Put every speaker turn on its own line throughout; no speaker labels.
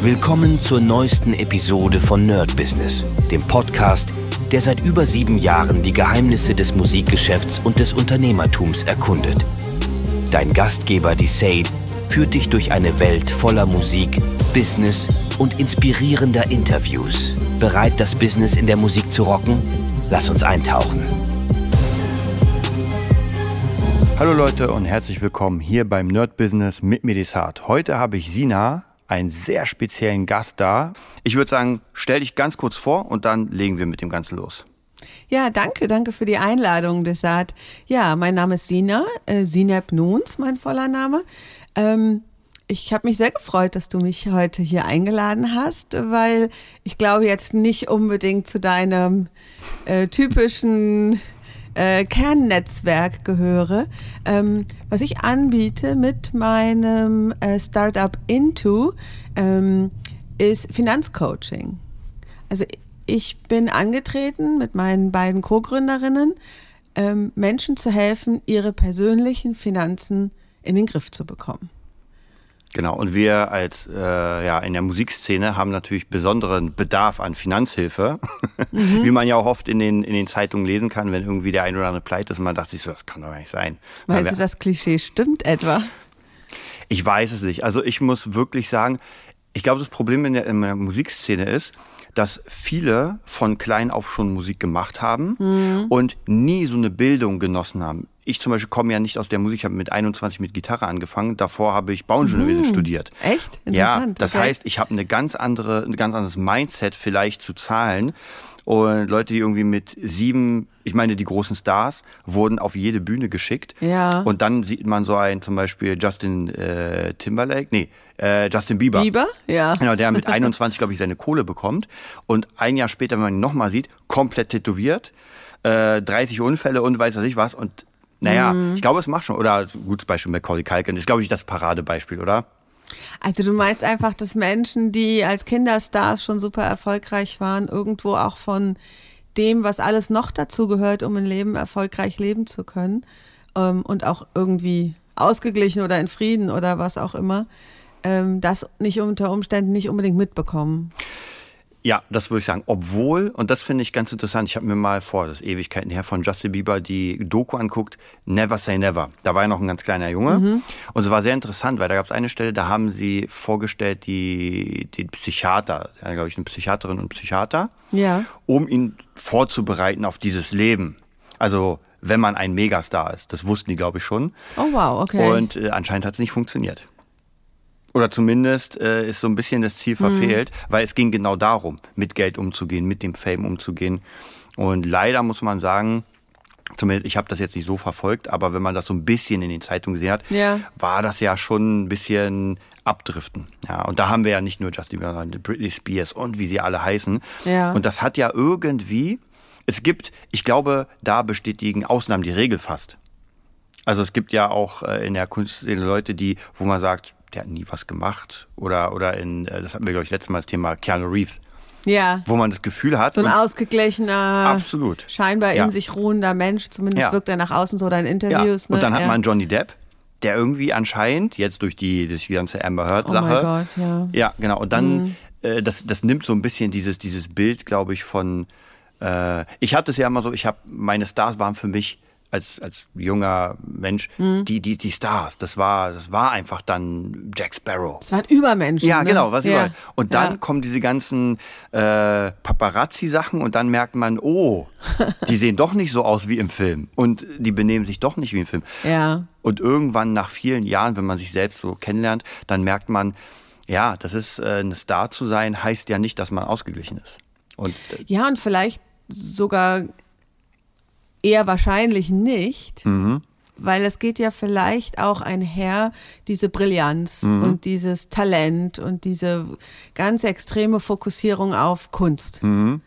Willkommen zur neuesten Episode von Nerd Business, dem Podcast, der seit über 7 Jahren die Geheimnisse des Musikgeschäfts und des Unternehmertums erkundet. Dein Gastgeber Desaid führt dich durch eine Welt voller Musik, Business und inspirierender Interviews. Bereit, das Business in der Musik zu rocken? Lass uns eintauchen.
Hallo Leute und herzlich willkommen hier beim Nerd Business mit mir Desaid. Heute habe ich Sina, einen sehr speziellen Gast da. Ich würde sagen, stell dich ganz kurz vor und dann legen wir mit dem Ganzen los.
Ja, danke für die Einladung, Desaid. Ja, mein Name ist Sina, Sineb Nuns, mein voller Name. Ich habe mich sehr gefreut, dass du mich heute hier eingeladen hast, weil ich glaube jetzt nicht unbedingt zu deinem typischen Kernnetzwerk gehöre. Was ich anbiete mit meinem Startup Into ist Finanzcoaching. Also ich bin angetreten mit meinen beiden Co-Gründerinnen, Menschen zu helfen, ihre persönlichen Finanzen in den Griff zu bekommen.
Genau, und wir als in der Musikszene haben natürlich besonderen Bedarf an Finanzhilfe, wie man ja auch oft in den Zeitungen lesen kann, wenn irgendwie der ein oder andere pleite ist und man dachte sich so, das kann doch gar nicht sein.
Weißt du, das Klischee stimmt etwa?
Ich weiß es nicht. Also ich muss wirklich sagen, ich glaube, das Problem in der Musikszene ist, dass viele von klein auf schon Musik gemacht haben und nie so eine Bildung genossen haben. Ich zum Beispiel komme ja nicht aus der Musik, ich habe mit 21 mit Gitarre angefangen, davor habe ich Bauingenieurwesen studiert.
Echt? Interessant.
Ja, das heißt, ich habe ein ganz anderes Mindset vielleicht zu Zahlen. Und Leute, die irgendwie mit 7, ich meine, die großen Stars, wurden auf jede Bühne geschickt.
Ja.
Und dann sieht man so einen, zum Beispiel Justin Bieber.
Bieber? Ja.
Genau, der mit 21, glaube ich, seine Kohle bekommt. Und ein Jahr später, wenn man ihn nochmal sieht, komplett tätowiert, 30 Unfälle und weiß ich was. Und naja, ich glaube, es macht schon. Oder gutes Beispiel, Macaulay Culkin, ist, glaube ich, das Paradebeispiel, oder?
Also du meinst einfach, dass Menschen, die als Kinderstars schon super erfolgreich waren, irgendwo auch von dem, was alles noch dazu gehört, um ein Leben erfolgreich leben zu können und auch irgendwie ausgeglichen oder in Frieden oder was auch immer, das nicht unter Umständen nicht unbedingt mitbekommen.
Ja, das würde ich sagen. Obwohl, und das finde ich ganz interessant, ich habe mir mal das ist Ewigkeiten her, von Justin Bieber die Doku anguckt, Never Say Never. Da war ja noch ein ganz kleiner Junge. Und es war sehr interessant, weil da gab es eine Stelle, da haben sie vorgestellt, die Psychiater, glaube ich, eine Psychiaterin und Psychiater, um ihn vorzubereiten auf dieses Leben. Also, wenn man ein Megastar ist. Das wussten die, glaube ich, schon.
Oh wow, okay.
Und anscheinend hat es nicht funktioniert. Oder zumindest ist so ein bisschen das Ziel verfehlt, weil es ging genau darum, mit Geld umzugehen, mit dem Fame umzugehen. Und leider muss man sagen, zumindest ich habe das jetzt nicht so verfolgt, aber wenn man das so ein bisschen in den Zeitungen gesehen hat, war das ja schon ein bisschen abdriften. Ja, und da haben wir ja nicht nur Justin Bieber, sondern Britney Spears und wie sie alle heißen.
Ja.
Und das hat ja irgendwie, ich glaube, da bestätigen Ausnahmen die Regel fast. Also es gibt ja auch in der Kunstszene Leute, wo man sagt, der hat nie was gemacht. Oder das hatten wir, glaube ich, letztes Mal das Thema Keanu Reeves.
Ja.
Wo man das Gefühl hat.
So ein ausgeglichener,
absolut.
scheinbar in sich ruhender Mensch. Zumindest wirkt er nach außen so in Interviews.
Ja. Und dann hat man Johnny Depp, der irgendwie anscheinend, jetzt durch die ganze Amber Heard-Sache.
Oh mein Gott, ja.
Ja, genau. Und dann, das nimmt so ein bisschen dieses Bild, glaube ich, von, ich hatte es ja immer so, meine Stars waren für mich, als junger Mensch, die Stars, das war einfach dann Jack Sparrow.
Das waren Übermenschen.
Ja, genau,
was überall.
Und dann kommen diese ganzen Paparazzi-Sachen und dann merkt man, die sehen doch nicht so aus wie im Film und die benehmen sich doch nicht wie im Film.
Ja.
Und irgendwann nach vielen Jahren, wenn man sich selbst so kennenlernt, dann merkt man, ja, das ist eine Star zu sein, heißt ja nicht, dass man ausgeglichen ist. Und
vielleicht sogar eher wahrscheinlich nicht, weil es geht ja vielleicht auch einher, diese Brillanz und dieses Talent und diese ganz extreme Fokussierung auf Kunst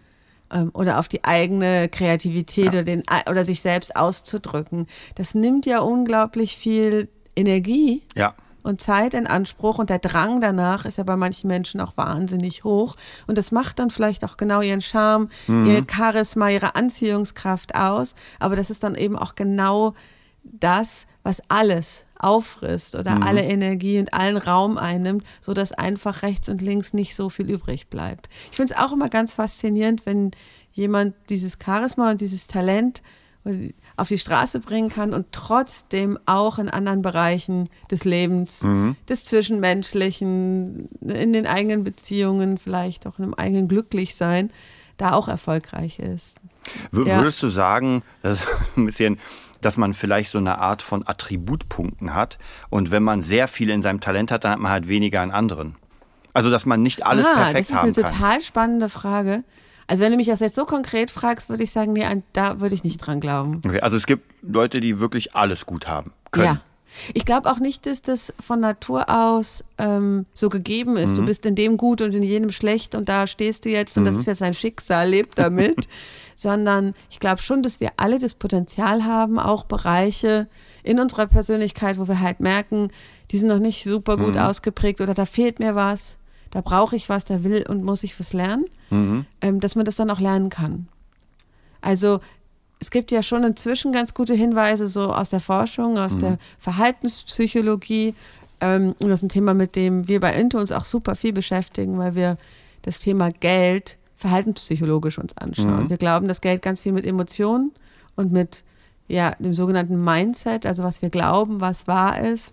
oder auf die eigene Kreativität oder sich selbst auszudrücken. Das nimmt ja unglaublich viel Energie und Zeit in Anspruch und der Drang danach ist ja bei manchen Menschen auch wahnsinnig hoch und das macht dann vielleicht auch genau ihren Charme, ihr Charisma, ihre Anziehungskraft aus, aber das ist dann eben auch genau das, was alles auffrisst oder alle Energie und allen Raum einnimmt, sodass einfach rechts und links nicht so viel übrig bleibt. Ich finde es auch immer ganz faszinierend, wenn jemand dieses Charisma und dieses Talent auf die Straße bringen kann und trotzdem auch in anderen Bereichen des Lebens, des Zwischenmenschlichen, in den eigenen Beziehungen, vielleicht auch in einem eigenen Glücklichsein, da auch erfolgreich ist.
Würdest du sagen, das ist ein bisschen, dass man vielleicht so eine Art von Attributpunkten hat und wenn man sehr viel in seinem Talent hat, dann hat man halt weniger in anderen? Also, dass man nicht alles perfekt haben kann.
Das ist eine total spannende Frage. Also wenn du mich das jetzt so konkret fragst, würde ich sagen, nee, da würde ich nicht dran glauben.
Okay, also es gibt Leute, die wirklich alles gut haben können.
Ja. Ich glaube auch nicht, dass das von Natur aus so gegeben ist. Du bist in dem gut und in jenem schlecht und da stehst du jetzt und das ist jetzt ein Schicksal, leb damit. Sondern ich glaube schon, dass wir alle das Potenzial haben, auch Bereiche in unserer Persönlichkeit, wo wir halt merken, die sind noch nicht super gut ausgeprägt oder da fehlt mir was, da brauche ich was, da will und muss ich was lernen, dass man das dann auch lernen kann. Also es gibt ja schon inzwischen ganz gute Hinweise so aus der Forschung, aus der Verhaltenspsychologie. Und das ist ein Thema, mit dem wir bei Into uns auch super viel beschäftigen, weil wir das Thema Geld verhaltenspsychologisch uns anschauen. Wir glauben, dass Geld ganz viel mit Emotionen und mit dem sogenannten Mindset, also was wir glauben, was wahr ist,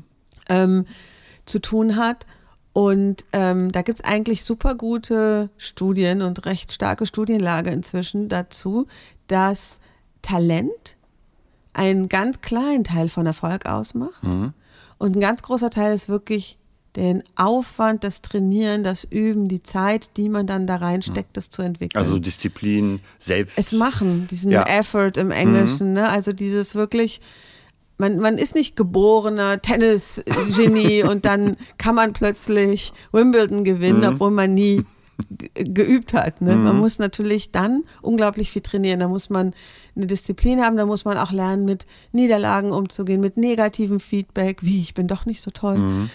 zu tun hat. Und da gibt es eigentlich super gute Studien und recht starke Studienlage inzwischen dazu, dass Talent einen ganz kleinen Teil von Erfolg ausmacht. Und ein ganz großer Teil ist wirklich den Aufwand, das Trainieren, das Üben, die Zeit, die man dann da reinsteckt, das zu entwickeln.
Also Disziplin, selbst.
Es machen, diesen Effort im Englischen, ne? Also dieses wirklich, man ist nicht geborener Tennis-Genie und dann kann man plötzlich Wimbledon gewinnen, obwohl man nie geübt hat. Ne? Man muss natürlich dann unglaublich viel trainieren. Da muss man eine Disziplin haben, da muss man auch lernen, mit Niederlagen umzugehen, mit negativem Feedback, wie ich bin doch nicht so toll.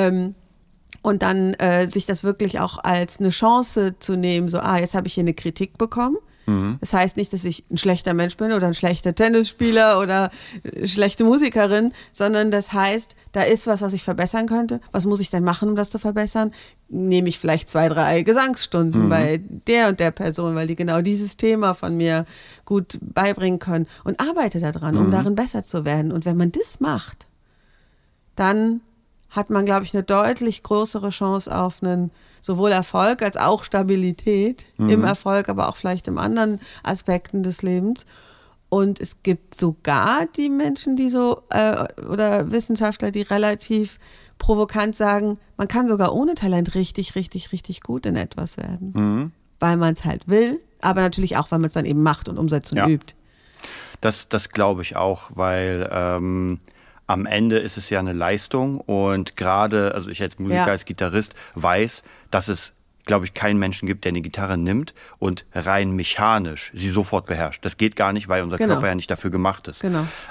Und dann sich das wirklich auch als eine Chance zu nehmen, so, jetzt habe ich hier eine Kritik bekommen. Das heißt nicht, dass ich ein schlechter Mensch bin oder ein schlechter Tennisspieler oder schlechte Musikerin, sondern das heißt, da ist was ich verbessern könnte. Was muss ich denn machen, um das zu verbessern? Nehme ich vielleicht 2, 3 Gesangsstunden bei der und der Person, weil die genau dieses Thema von mir gut beibringen können und arbeite daran, um darin besser zu werden. Und wenn man das macht, dann hat man, glaube ich, eine deutlich größere Chance auf einen sowohl Erfolg als auch Stabilität im Erfolg, aber auch vielleicht in anderen Aspekten des Lebens. Und es gibt sogar die Menschen, die so, oder Wissenschaftler, die relativ provokant sagen, man kann sogar ohne Talent richtig, richtig, richtig gut in etwas werden. Weil man es halt will, aber natürlich auch, weil man es dann eben macht und umsetzt und übt.
Das glaube ich auch, weil am Ende ist es ja eine Leistung und gerade, also ich als Musiker, als Gitarrist weiß, dass es, glaube ich, keinen Menschen gibt, der eine Gitarre nimmt und rein mechanisch sie sofort beherrscht. Das geht gar nicht, weil unser Körper ja nicht dafür gemacht ist.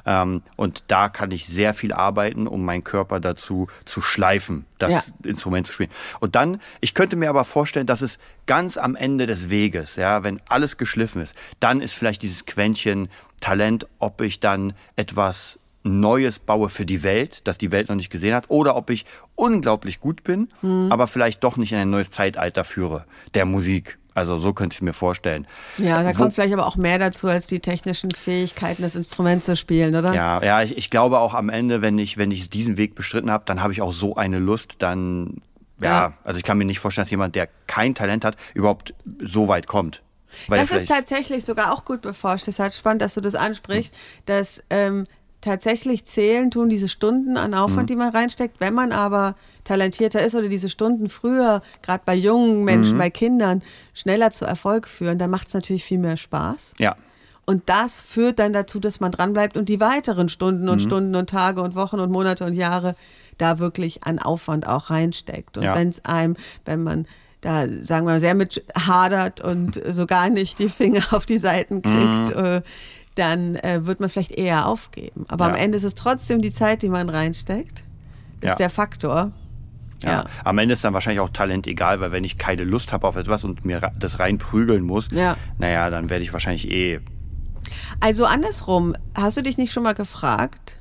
Und da kann ich sehr viel arbeiten, um meinen Körper dazu zu schleifen, das Instrument zu spielen. Und dann, ich könnte mir aber vorstellen, dass es ganz am Ende des Weges, wenn alles geschliffen ist, dann ist vielleicht dieses Quäntchen Talent, ob ich dann etwas Neues baue für die Welt, das die Welt noch nicht gesehen hat, oder ob ich unglaublich gut bin, aber vielleicht doch nicht in ein neues Zeitalter führe, der Musik. Also so könnte ich es mir vorstellen.
Ja, da kommt vielleicht aber auch mehr dazu, als die technischen Fähigkeiten, das Instrument zu spielen, oder?
Ja, ich glaube auch am Ende, wenn ich diesen Weg bestritten habe, dann habe ich auch so eine Lust, dann, also ich kann mir nicht vorstellen, dass jemand, der kein Talent hat, überhaupt so weit kommt. Weil
das ist tatsächlich sogar auch gut beforscht. Es ist halt spannend, dass du das ansprichst, dass tatsächlich zählen tun diese Stunden an Aufwand, die man reinsteckt. Wenn man aber talentierter ist oder diese Stunden früher, gerade bei jungen Menschen, bei Kindern, schneller zu Erfolg führen, dann macht es natürlich viel mehr Spaß.
Ja.
Und das führt dann dazu, dass man dranbleibt und die weiteren Stunden und Stunden und Tage und Wochen und Monate und Jahre da wirklich an Aufwand auch reinsteckt. Und wenn man da, sagen wir mal, sehr mit hadert und so gar nicht die Finger auf die Seiten kriegt, dann wird man vielleicht eher aufgeben. Aber am Ende ist es trotzdem die Zeit, die man reinsteckt, ist der Faktor.
Ja. Am Ende ist dann wahrscheinlich auch Talent egal, weil wenn ich keine Lust habe auf etwas und mir das reinprügeln muss, naja, dann werde ich wahrscheinlich
Also andersrum, hast du dich nicht schon mal gefragt,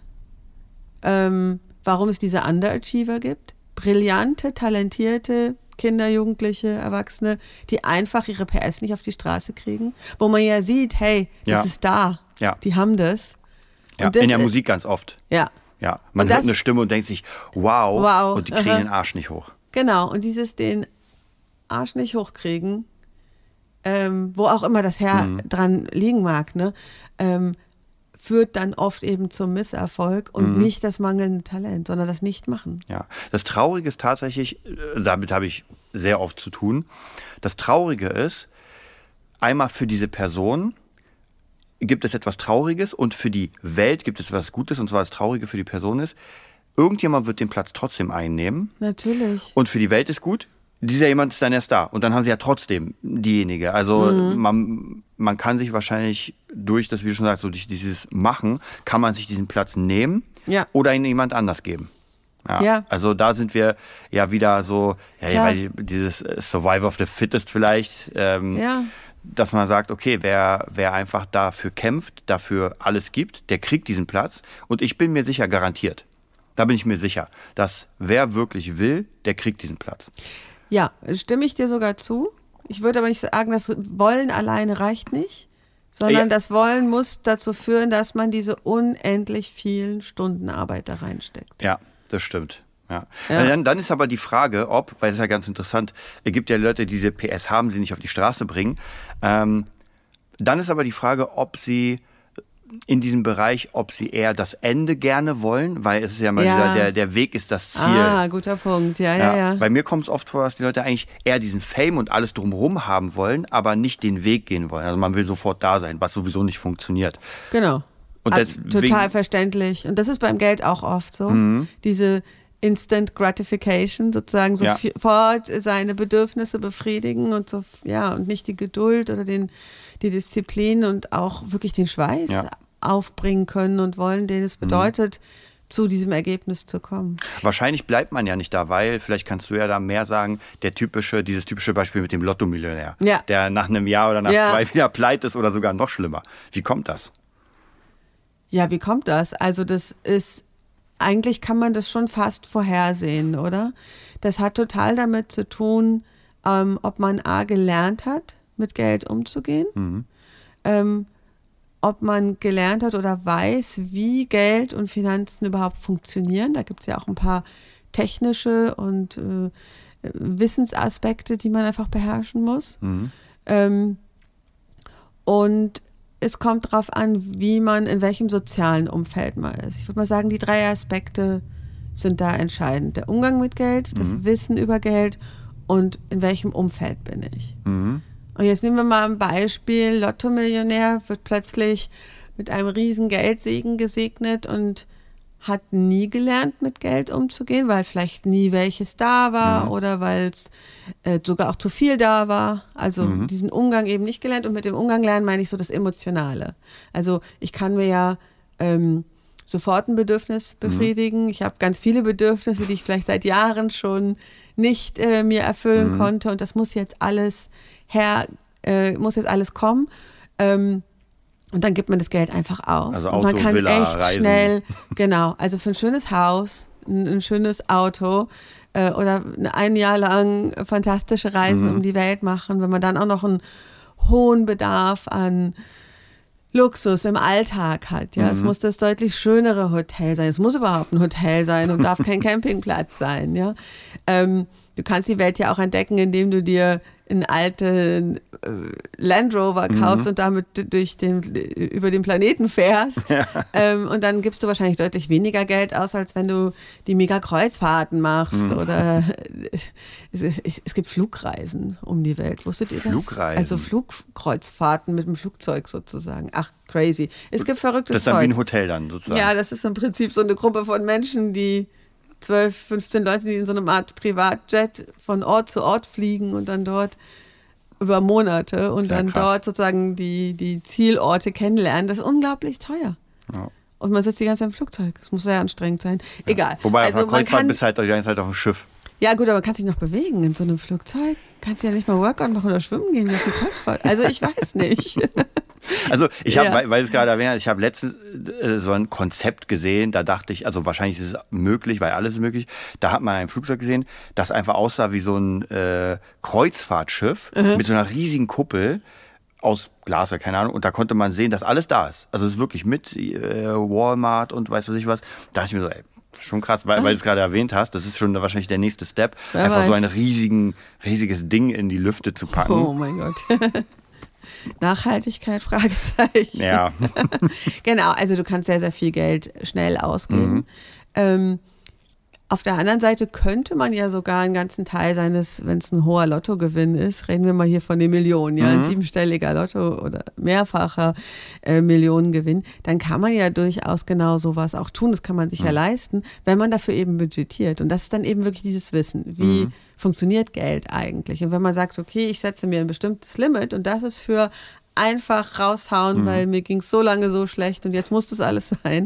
warum es diese Underachiever gibt? Brillante, talentierte Kinder, Jugendliche, Erwachsene, die einfach ihre PS nicht auf die Straße kriegen, wo man ja sieht, hey, das ist da, die haben das.
Ja,
und das
in der Musik ganz oft.
Ja.
Ja, man hört eine Stimme und denkt sich, wow, und die kriegen den Arsch nicht hoch.
Genau, und dieses den Arsch nicht hochkriegen, wo auch immer das dran liegen mag, ne, führt dann oft eben zum Misserfolg und nicht das mangelnde Talent, sondern das Nichtmachen.
Ja, das Traurige ist tatsächlich, damit habe ich sehr oft zu tun, das Traurige ist, einmal für diese Person gibt es etwas Trauriges und für die Welt gibt es etwas Gutes, und zwar das Traurige für die Person ist, irgendjemand wird den Platz trotzdem einnehmen.
Natürlich.
Und für die Welt ist gut, dieser jemand ist dann erst da. Und dann haben sie ja trotzdem diejenige. Also man kann sich wahrscheinlich durch das, wie du schon sagst, so durch dieses Machen, kann man sich diesen Platz nehmen oder ihn jemand anders geben. Ja. Also da sind wir ja wieder so, weil dieses Survival of the Fittest vielleicht, dass man sagt, okay, wer einfach dafür kämpft, dafür alles gibt, der kriegt diesen Platz. Und ich bin mir sicher, garantiert, da bin ich mir sicher, dass wer wirklich will, der kriegt diesen Platz.
Ja, stimme ich dir sogar zu. Ich würde aber nicht sagen, das Wollen alleine reicht nicht, sondern das Wollen muss dazu führen, dass man diese unendlich vielen Stunden Arbeit da reinsteckt. Ja,
das stimmt. Ja. Dann ist aber die Frage, weil das ist ja ganz interessant, es gibt ja Leute, die diese PS haben, sie nicht auf die Straße bringen. Dann ist aber die Frage, ob sie in diesem Bereich, ob sie eher das Ende gerne wollen, weil es ist ja mal der Weg ist das Ziel.
Ah, guter Punkt, ja.
Bei mir kommt es oft vor, dass die Leute eigentlich eher diesen Fame und alles drumherum haben wollen, aber nicht den Weg gehen wollen. Also man will sofort da sein, was sowieso nicht funktioniert.
Genau.
Und
total verständlich. Und das ist beim Geld auch oft so. Diese Instant Gratification, sozusagen sofort seine Bedürfnisse befriedigen und und nicht die Geduld oder die Disziplin und auch wirklich den Schweiß aufbringen können und wollen, den es bedeutet, zu diesem Ergebnis zu kommen.
Wahrscheinlich bleibt man ja nicht da, weil, vielleicht kannst du ja da mehr sagen, dieses typische Beispiel mit dem Lotto-Millionär, der nach einem Jahr oder nach 2 wieder pleite ist oder sogar noch schlimmer. Wie kommt das?
Ja, wie kommt das? Also das ist, eigentlich kann man das schon fast vorhersehen, oder? Das hat total damit zu tun, ob man gelernt hat, mit Geld umzugehen, ob man gelernt hat oder weiß, wie Geld und Finanzen überhaupt funktionieren. Da gibt es ja auch ein paar technische und Wissensaspekte, die man einfach beherrschen muss. Und es kommt darauf an, in welchem sozialen Umfeld man ist. Ich würde mal sagen, die 3 Aspekte sind da entscheidend. Der Umgang mit Geld, das Wissen über Geld und in welchem Umfeld bin ich. Und jetzt nehmen wir mal ein Beispiel, Lotto-Millionär wird plötzlich mit einem riesen Geldsegen gesegnet und hat nie gelernt, mit Geld umzugehen, weil vielleicht nie welches da war oder weil es sogar auch zu viel da war. Also diesen Umgang eben nicht gelernt. Und mit dem Umgang lernen meine ich so das Emotionale. Also ich kann mir ja sofort ein Bedürfnis befriedigen. Ich habe ganz viele Bedürfnisse, die ich vielleicht seit Jahren schon nicht mir erfüllen konnte. Und das muss jetzt alles kommen. Und dann gibt man das Geld einfach aus.
Also Auto,
und man kann
Villa,
echt
Reisen.
schnell, genau, also für ein schönes Haus, ein schönes Auto oder ein Jahr lang fantastische Reisen um die Welt machen, wenn man dann auch noch einen hohen Bedarf an Luxus im Alltag hat. Ja, es muss das deutlich schönere Hotel sein. Es muss überhaupt ein Hotel sein und darf kein Campingplatz sein. Ja, du kannst die Welt ja auch entdecken, indem du dir einen alten Land Rover kaufst und damit über den Planeten fährst. Und dann gibst du wahrscheinlich deutlich weniger Geld aus, als wenn du die Mega-Kreuzfahrten machst. Oder es gibt Flugreisen um die Welt. Wusstet ihr das?
Flugreisen?
Also Flugkreuzfahrten mit dem Flugzeug sozusagen. Ach, crazy. Es gibt verrücktes Zeug.
Das ist dann wie ein Hotel dann sozusagen.
Ja, das ist im Prinzip so eine Gruppe von Menschen, die 12, 15 Leute, die in so einem Art Privatjet von Ort zu Ort fliegen und dann dort über Monate und dann dort sozusagen die Zielorte kennenlernen. Das ist unglaublich teuer. Ja. Und man sitzt die ganze Zeit im Flugzeug. Das muss sehr anstrengend sein. Egal.
Wobei auf einer Kreuzfahrt bist du halt die ganze Zeit auf dem Schiff.
Ja gut, aber kannst dich noch bewegen in so einem Flugzeug? Kannst du ja nicht mal Workout machen oder schwimmen gehen wie auf dem Kreuzfahrt. Also ich weiß nicht.
Also ich habe, weil es gerade erwähnt hast, ich habe letztens so ein Konzept gesehen, da dachte ich, also wahrscheinlich ist es möglich, weil alles ist möglich. Da hat man ein Flugzeug gesehen, das einfach aussah wie so ein Kreuzfahrtschiff mit so einer riesigen Kuppel aus Glas oder keine Ahnung. Und da konnte man sehen, dass alles da ist. Also es ist wirklich mit Walmart und weiß was. Da dachte ich mir so, ey, schon krass, weil du es gerade erwähnt hast, das ist schon wahrscheinlich der nächste Step,
Wer
einfach
weiß.
so ein riesiges Ding in die Lüfte zu packen.
Oh mein Gott. Nachhaltigkeit, Fragezeichen.
Ja.
Genau, also du kannst sehr, sehr viel Geld schnell ausgeben. Auf der anderen Seite könnte man ja sogar einen ganzen Teil seines, wenn es ein hoher Lottogewinn ist, reden wir mal hier von den Millionen, ja, ein 7-stelliger Lotto oder mehrfacher Millionengewinn, dann kann man ja durchaus genau sowas auch tun. Das kann man sich ja leisten, wenn man dafür eben budgetiert. Und das ist dann eben wirklich dieses Wissen, wie funktioniert Geld eigentlich. Und wenn man sagt, okay, ich setze mir ein bestimmtes Limit und das ist für einfach raushauen, weil mir ging es so lange so schlecht und jetzt muss das alles sein,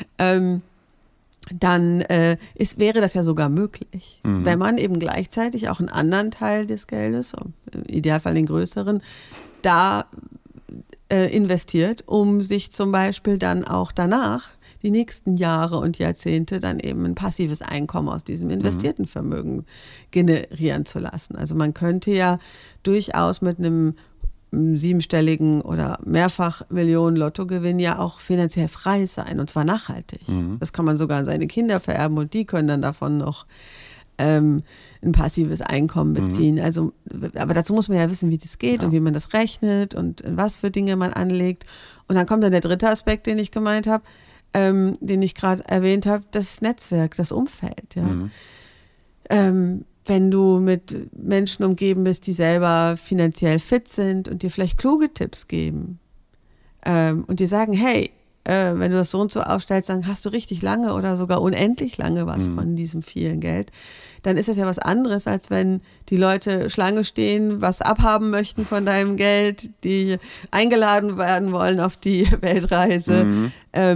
dann wäre das ja sogar möglich, wenn man eben gleichzeitig auch einen anderen Teil des Geldes, im Idealfall den größeren, da investiert, um sich zum Beispiel dann auch danach die nächsten Jahre und Jahrzehnte dann eben ein passives Einkommen aus diesem investierten Vermögen generieren zu lassen. Also man könnte ja durchaus mit einem 7-stelligen oder mehrfach Millionen Lottogewinn ja auch finanziell frei sein und zwar nachhaltig. Das kann man sogar an seine Kinder vererben und die können dann davon noch ein passives Einkommen beziehen. Also, aber dazu muss man ja wissen, wie das geht und wie man das rechnet und in was für Dinge man anlegt. Und dann kommt dann der dritte Aspekt, den ich gemeint habe, den ich gerade erwähnt habe, das Netzwerk, das Umfeld. Ja. Wenn du mit Menschen umgeben bist, die selber finanziell fit sind und dir vielleicht kluge Tipps geben und dir sagen, hey, wenn du das so und so aufstellst, dann hast du richtig lange oder sogar unendlich lange was von diesem vielen Geld, dann ist das ja was anderes, als wenn die Leute Schlange stehen, was abhaben möchten von deinem Geld, die eingeladen werden wollen auf die Weltreise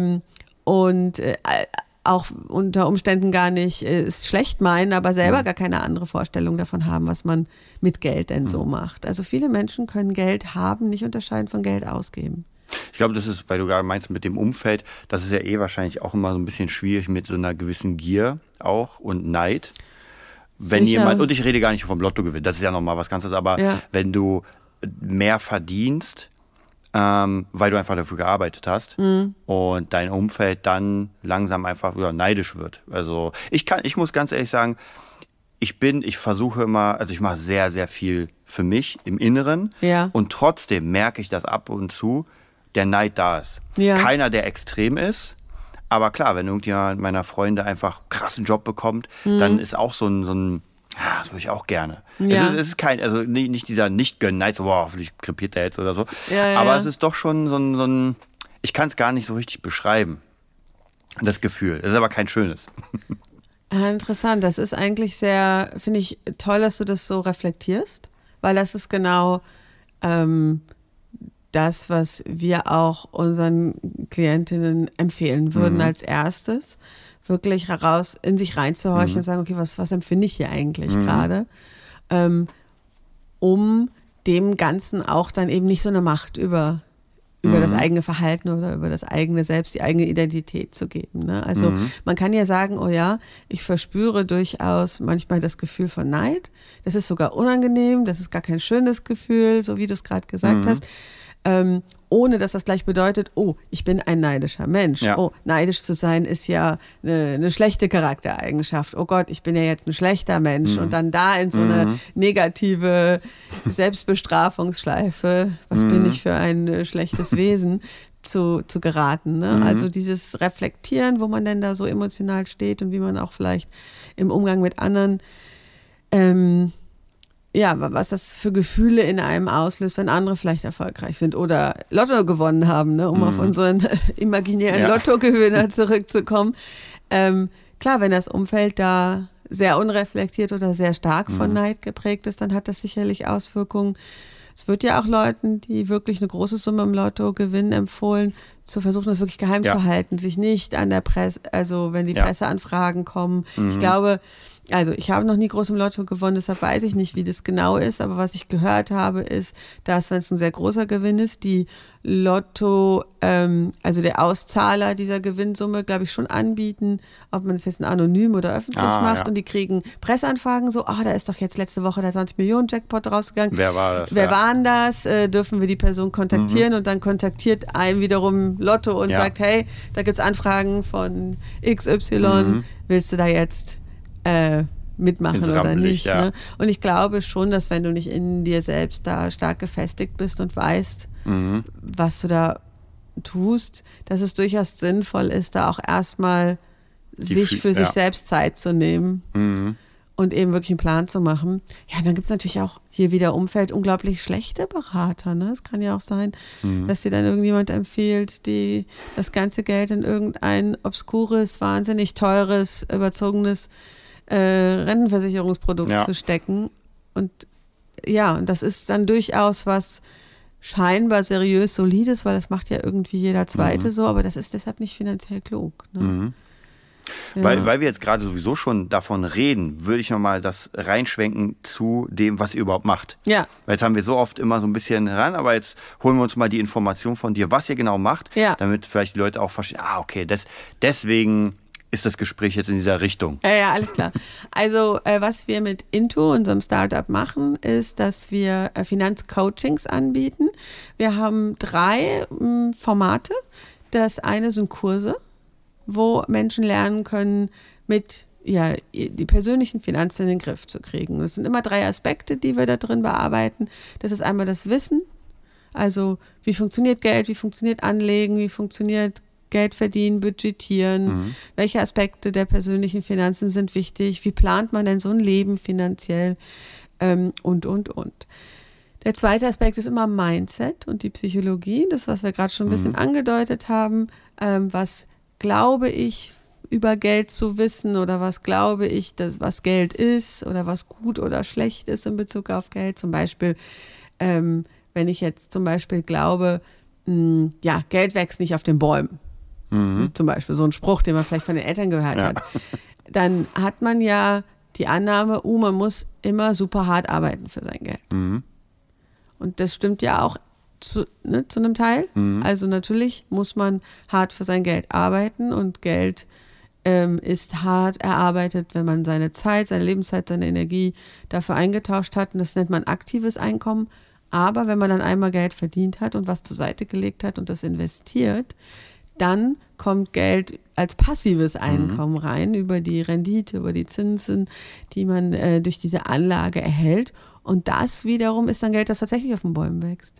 und auch unter Umständen gar nicht es schlecht meinen, aber selber gar keine andere Vorstellung davon haben, was man mit Geld denn so macht. Also viele Menschen können Geld haben, nicht unterscheiden von Geld ausgeben.
Ich glaube, das ist, weil du gerade meinst mit dem Umfeld, das ist ja wahrscheinlich auch immer so ein bisschen schwierig mit so einer gewissen Gier auch und Neid. Wenn jemand, und ich rede gar nicht vom Lottogewinn, das ist ja nochmal was ganz anderes, aber wenn du mehr verdienst, weil du einfach dafür gearbeitet hast und dein Umfeld dann langsam einfach neidisch wird. Also ich muss ganz ehrlich sagen, ich versuche immer, also ich mache sehr, sehr viel für mich im Inneren und trotzdem merke ich, dass ab und zu der Neid da ist. Ja. Keiner, der extrem ist, aber klar, wenn irgendjemand meiner Freunde einfach einen krassen Job bekommt, dann ist auch so ein das würde ich auch gerne. Ja. Es ist kein, also nicht dieser Nicht-Gönn-Neid, so, boah, hoffentlich krepiert der jetzt oder so. Aber es ist doch schon so ein, ich kann es gar nicht so richtig beschreiben, das Gefühl. Es ist aber kein schönes.
Interessant, das ist eigentlich sehr, finde ich toll, dass du das so reflektierst, weil das ist genau das, was wir auch unseren Klientinnen empfehlen würden als erstes. Wirklich in sich reinzuhorchen und sagen, okay, was empfinde ich hier eigentlich gerade? Um dem Ganzen auch dann eben nicht so eine Macht über das eigene Verhalten oder über das eigene Selbst, die eigene Identität zu geben. Ne? Also man kann ja sagen, oh ja, ich verspüre durchaus manchmal das Gefühl von Neid. Das ist sogar unangenehm, das ist gar kein schönes Gefühl, so wie du es gerade gesagt hast. Ohne dass das gleich bedeutet, oh, ich bin ein neidischer Mensch. Ja. Oh, neidisch zu sein ist ja eine schlechte Charaktereigenschaft. Oh Gott, ich bin ja jetzt ein schlechter Mensch. Und dann da in so eine negative Selbstbestrafungsschleife, was bin ich für ein schlechtes Wesen, zu geraten. Ne? Also dieses Reflektieren, wo man denn da so emotional steht und wie man auch vielleicht im Umgang mit anderen was das für Gefühle in einem auslöst, wenn andere vielleicht erfolgreich sind oder Lotto gewonnen haben, ne, um auf unseren imaginären Lottogewinner zurückzukommen. Klar, wenn das Umfeld da sehr unreflektiert oder sehr stark von Neid geprägt ist, dann hat das sicherlich Auswirkungen. Es wird ja auch Leuten, die wirklich eine große Summe im Lotto gewinnen, empfohlen, zu versuchen, das wirklich geheim zu halten, sich nicht an der Presse, also wenn die Presseanfragen kommen. Ich glaube, Also ich habe noch nie groß im Lotto gewonnen, deshalb weiß ich nicht, wie das genau ist. Aber was ich gehört habe, ist, dass, wenn es ein sehr großer Gewinn ist, die Lotto, also der Auszahler dieser Gewinnsumme, glaube ich, schon anbieten, ob man das jetzt anonym oder öffentlich macht.
Ja.
Und die kriegen Presseanfragen so, da ist doch jetzt letzte Woche der 20-Millionen-Jackpot rausgegangen.
Wer war das?
Wer waren das? Dürfen wir die Person kontaktieren? Und dann kontaktiert einen wiederum Lotto und sagt, hey, da gibt es Anfragen von XY, willst du da jetzt mitmachen
ins
oder
Rampenlicht,
nicht?
ja.
Ne? Und ich glaube schon, dass wenn du nicht in dir selbst da stark gefestigt bist und weißt, was du da tust, dass es durchaus sinnvoll ist, da auch erstmal sich für sich selbst Zeit zu nehmen und eben wirklich einen Plan zu machen. Ja, dann gibt es natürlich auch hier wieder Umfeld unglaublich schlechte Berater. Ne? Es kann ja auch sein, dass dir dann irgendjemand empfiehlt, die das ganze Geld in irgendein obskures, wahnsinnig teures, überzogenes Rentenversicherungsprodukt zu stecken. Und ja, und das ist dann durchaus was scheinbar seriös, solides, weil das macht ja irgendwie jeder Zweite so, aber das ist deshalb nicht finanziell klug. Ne? Ja.
Weil wir jetzt gerade sowieso schon davon reden, würde ich nochmal das reinschwenken zu dem, was ihr überhaupt macht.
Ja.
Weil jetzt haben wir so oft immer so ein bisschen ran, aber jetzt holen wir uns mal die Information von dir, was ihr genau macht, damit vielleicht die Leute auch verstehen, okay, deswegen ist das Gespräch jetzt in dieser Richtung.
Ja, alles klar. Also was wir mit Into, unserem Startup, machen, ist, dass wir Finanzcoachings anbieten. Wir haben 3 Formate. Das eine sind Kurse, wo Menschen lernen können, mit die persönlichen Finanzen in den Griff zu kriegen. Das sind immer 3 Aspekte, die wir da drin bearbeiten. Das ist einmal das Wissen, also wie funktioniert Geld, wie funktioniert Anlegen, wie funktioniert Geld verdienen, budgetieren, welche Aspekte der persönlichen Finanzen sind wichtig, wie plant man denn so ein Leben finanziell und. Der zweite Aspekt ist immer Mindset und die Psychologie, das, was wir gerade schon ein bisschen angedeutet haben, was glaube ich über Geld zu wissen oder was glaube ich, was Geld ist oder was gut oder schlecht ist in Bezug auf Geld. Zum Beispiel, wenn ich jetzt zum Beispiel glaube, Geld wächst nicht auf den Bäumen. Zum Beispiel so ein Spruch, den man vielleicht von den Eltern gehört hat. Dann hat man ja die Annahme, man muss immer super hart arbeiten für sein Geld. Und das stimmt ja auch zu einem Teil. Also natürlich muss man hart für sein Geld arbeiten und Geld ist hart erarbeitet, wenn man seine Zeit, seine Lebenszeit, seine Energie dafür eingetauscht hat. Und das nennt man aktives Einkommen. Aber wenn man dann einmal Geld verdient hat und was zur Seite gelegt hat und das investiert, dann kommt Geld als passives Einkommen rein über die Rendite, über die Zinsen, die man durch diese Anlage erhält. Und das wiederum ist dann Geld, das tatsächlich auf den Bäumen wächst.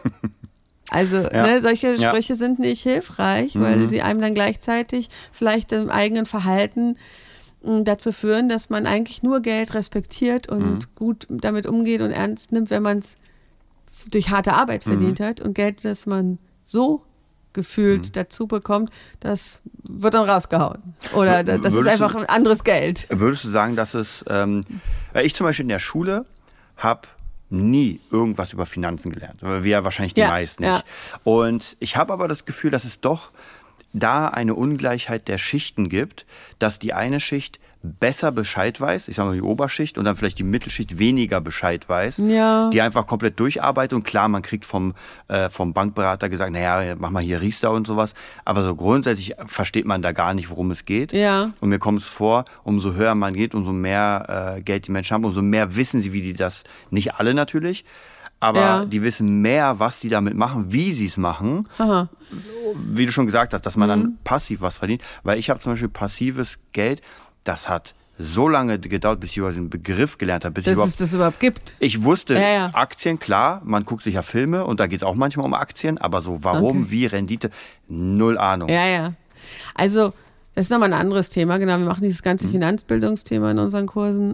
Also solche Sprüche sind nicht hilfreich, weil sie einem dann gleichzeitig vielleicht im eigenen Verhalten dazu führen, dass man eigentlich nur Geld respektiert und gut damit umgeht und ernst nimmt, wenn man es durch harte Arbeit verdient hat. Und Geld, das man so gefühlt dazu bekommt, das wird dann rausgehauen. Oder das ist einfach ein anderes Geld.
Würdest du sagen, dass es, ich zum Beispiel in der Schule habe nie irgendwas über Finanzen gelernt. Wir ja wahrscheinlich die meisten nicht. Und ich habe aber das Gefühl, dass es doch da eine Ungleichheit der Schichten gibt, dass die eine Schicht besser Bescheid weiß, ich sage mal die Oberschicht, und dann vielleicht die Mittelschicht weniger Bescheid weiß, die einfach komplett durcharbeitet. Und klar, man kriegt vom Bankberater gesagt, mach mal hier Riester und sowas, aber so grundsätzlich versteht man da gar nicht, worum es geht. Und mir kommt es vor, umso höher man geht, umso mehr Geld die Menschen haben, umso mehr wissen sie, wie die das, nicht alle natürlich, aber die wissen mehr, was die damit machen, wie sie es machen. Wie du schon gesagt hast, dass man dann passiv was verdient. Weil ich habe zum Beispiel passives Geld, das hat so lange gedauert, bis ich über diesen Begriff gelernt habe.
Dass es das überhaupt gibt.
Ich wusste, Aktien, klar, man guckt sich ja Filme und da geht es auch manchmal um Aktien, aber so warum, wie, Rendite, null Ahnung.
Also, das ist nochmal ein anderes Thema. Genau, wir machen dieses ganze Finanzbildungsthema in unseren Kursen.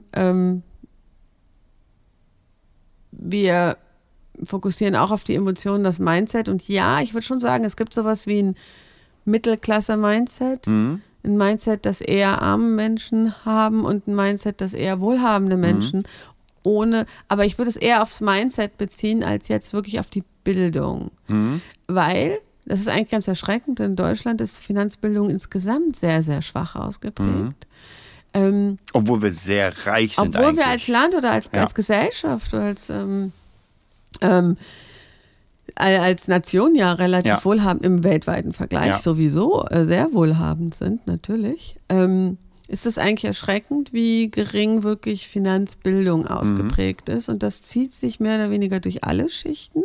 Wir fokussieren auch auf die Emotionen, das Mindset. Und ja, ich würde schon sagen, es gibt sowas wie ein Mittelklasse-Mindset. Ein Mindset, das eher arme Menschen haben und ein Mindset, das eher wohlhabende Menschen aber ich würde es eher aufs Mindset beziehen, als jetzt wirklich auf die Bildung. Weil, das ist eigentlich ganz erschreckend, in Deutschland ist Finanzbildung insgesamt sehr, sehr schwach ausgeprägt.
Obwohl wir sehr reich sind
Obwohl
eigentlich.
wir als Land oder als Gesellschaft oder als Nation ja relativ wohlhabend im weltweiten Vergleich sowieso sehr wohlhabend sind, natürlich. Ist es eigentlich erschreckend, wie gering wirklich Finanzbildung ausgeprägt ist. Und das zieht sich mehr oder weniger durch alle Schichten.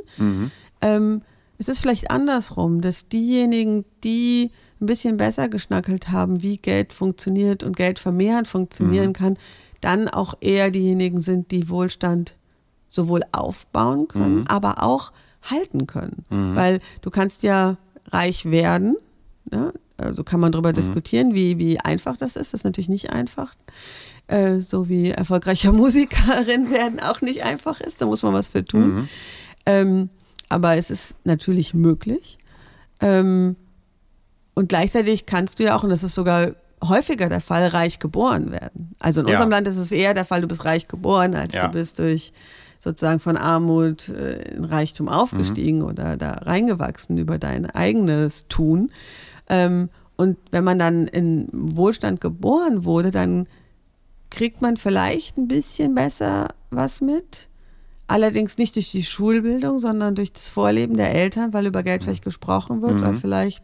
Es ist vielleicht andersrum, dass diejenigen, die ein bisschen besser geschnackelt haben, wie Geld funktioniert und Geld vermehrend funktionieren kann, dann auch eher diejenigen sind, die Wohlstand sowohl aufbauen können, aber auch halten können. Weil du kannst ja reich werden, ne? Also kann man darüber diskutieren, wie einfach das ist. Das ist natürlich nicht einfach. So wie erfolgreicher Musikerin werden auch nicht einfach ist. Da muss man was für tun. Aber es ist natürlich möglich. Und gleichzeitig kannst du ja auch, und das ist sogar häufiger der Fall, reich geboren werden. Also in unserem Land ist es eher der Fall, du bist reich geboren, als du bist durch sozusagen von Armut in Reichtum aufgestiegen oder da reingewachsen über dein eigenes Tun. Und wenn man dann in Wohlstand geboren wurde, dann kriegt man vielleicht ein bisschen besser was mit. Allerdings nicht durch die Schulbildung, sondern durch das Vorleben der Eltern, weil über Geld vielleicht gesprochen wird, weil vielleicht